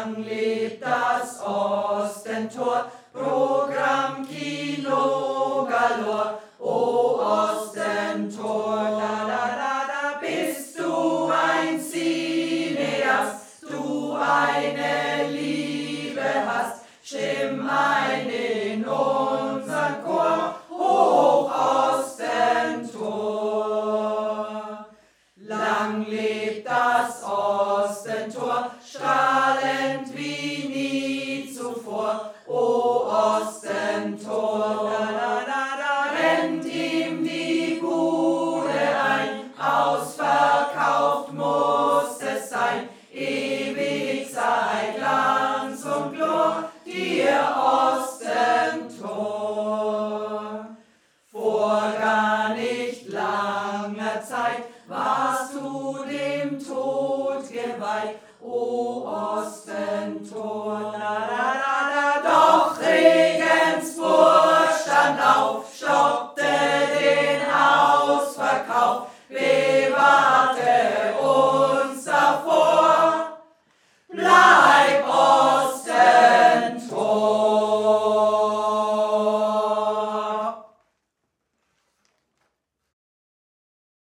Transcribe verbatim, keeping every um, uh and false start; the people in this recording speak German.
Lang lebt das Ostentor, Programm Kino galore. O Ostentor, da da da da, bist du ein Cineast, du eine Liebe hast, stimm ein in unseren Chor, Hoch Ostentor. Lang lebt das Ostentor, strahlend wie nie zuvor. O Ostentor, da da da da, rennt ihm die Bude ein, ausverkauft muss es sein. Ewig sei Glanz und Glor dir, Ostentor. Vor gar nicht langer Zeit warst du dem Tod geweiht, o Ostentor, da da da da. Doch Regensburg stand auf, stoppte den Ausverkauf.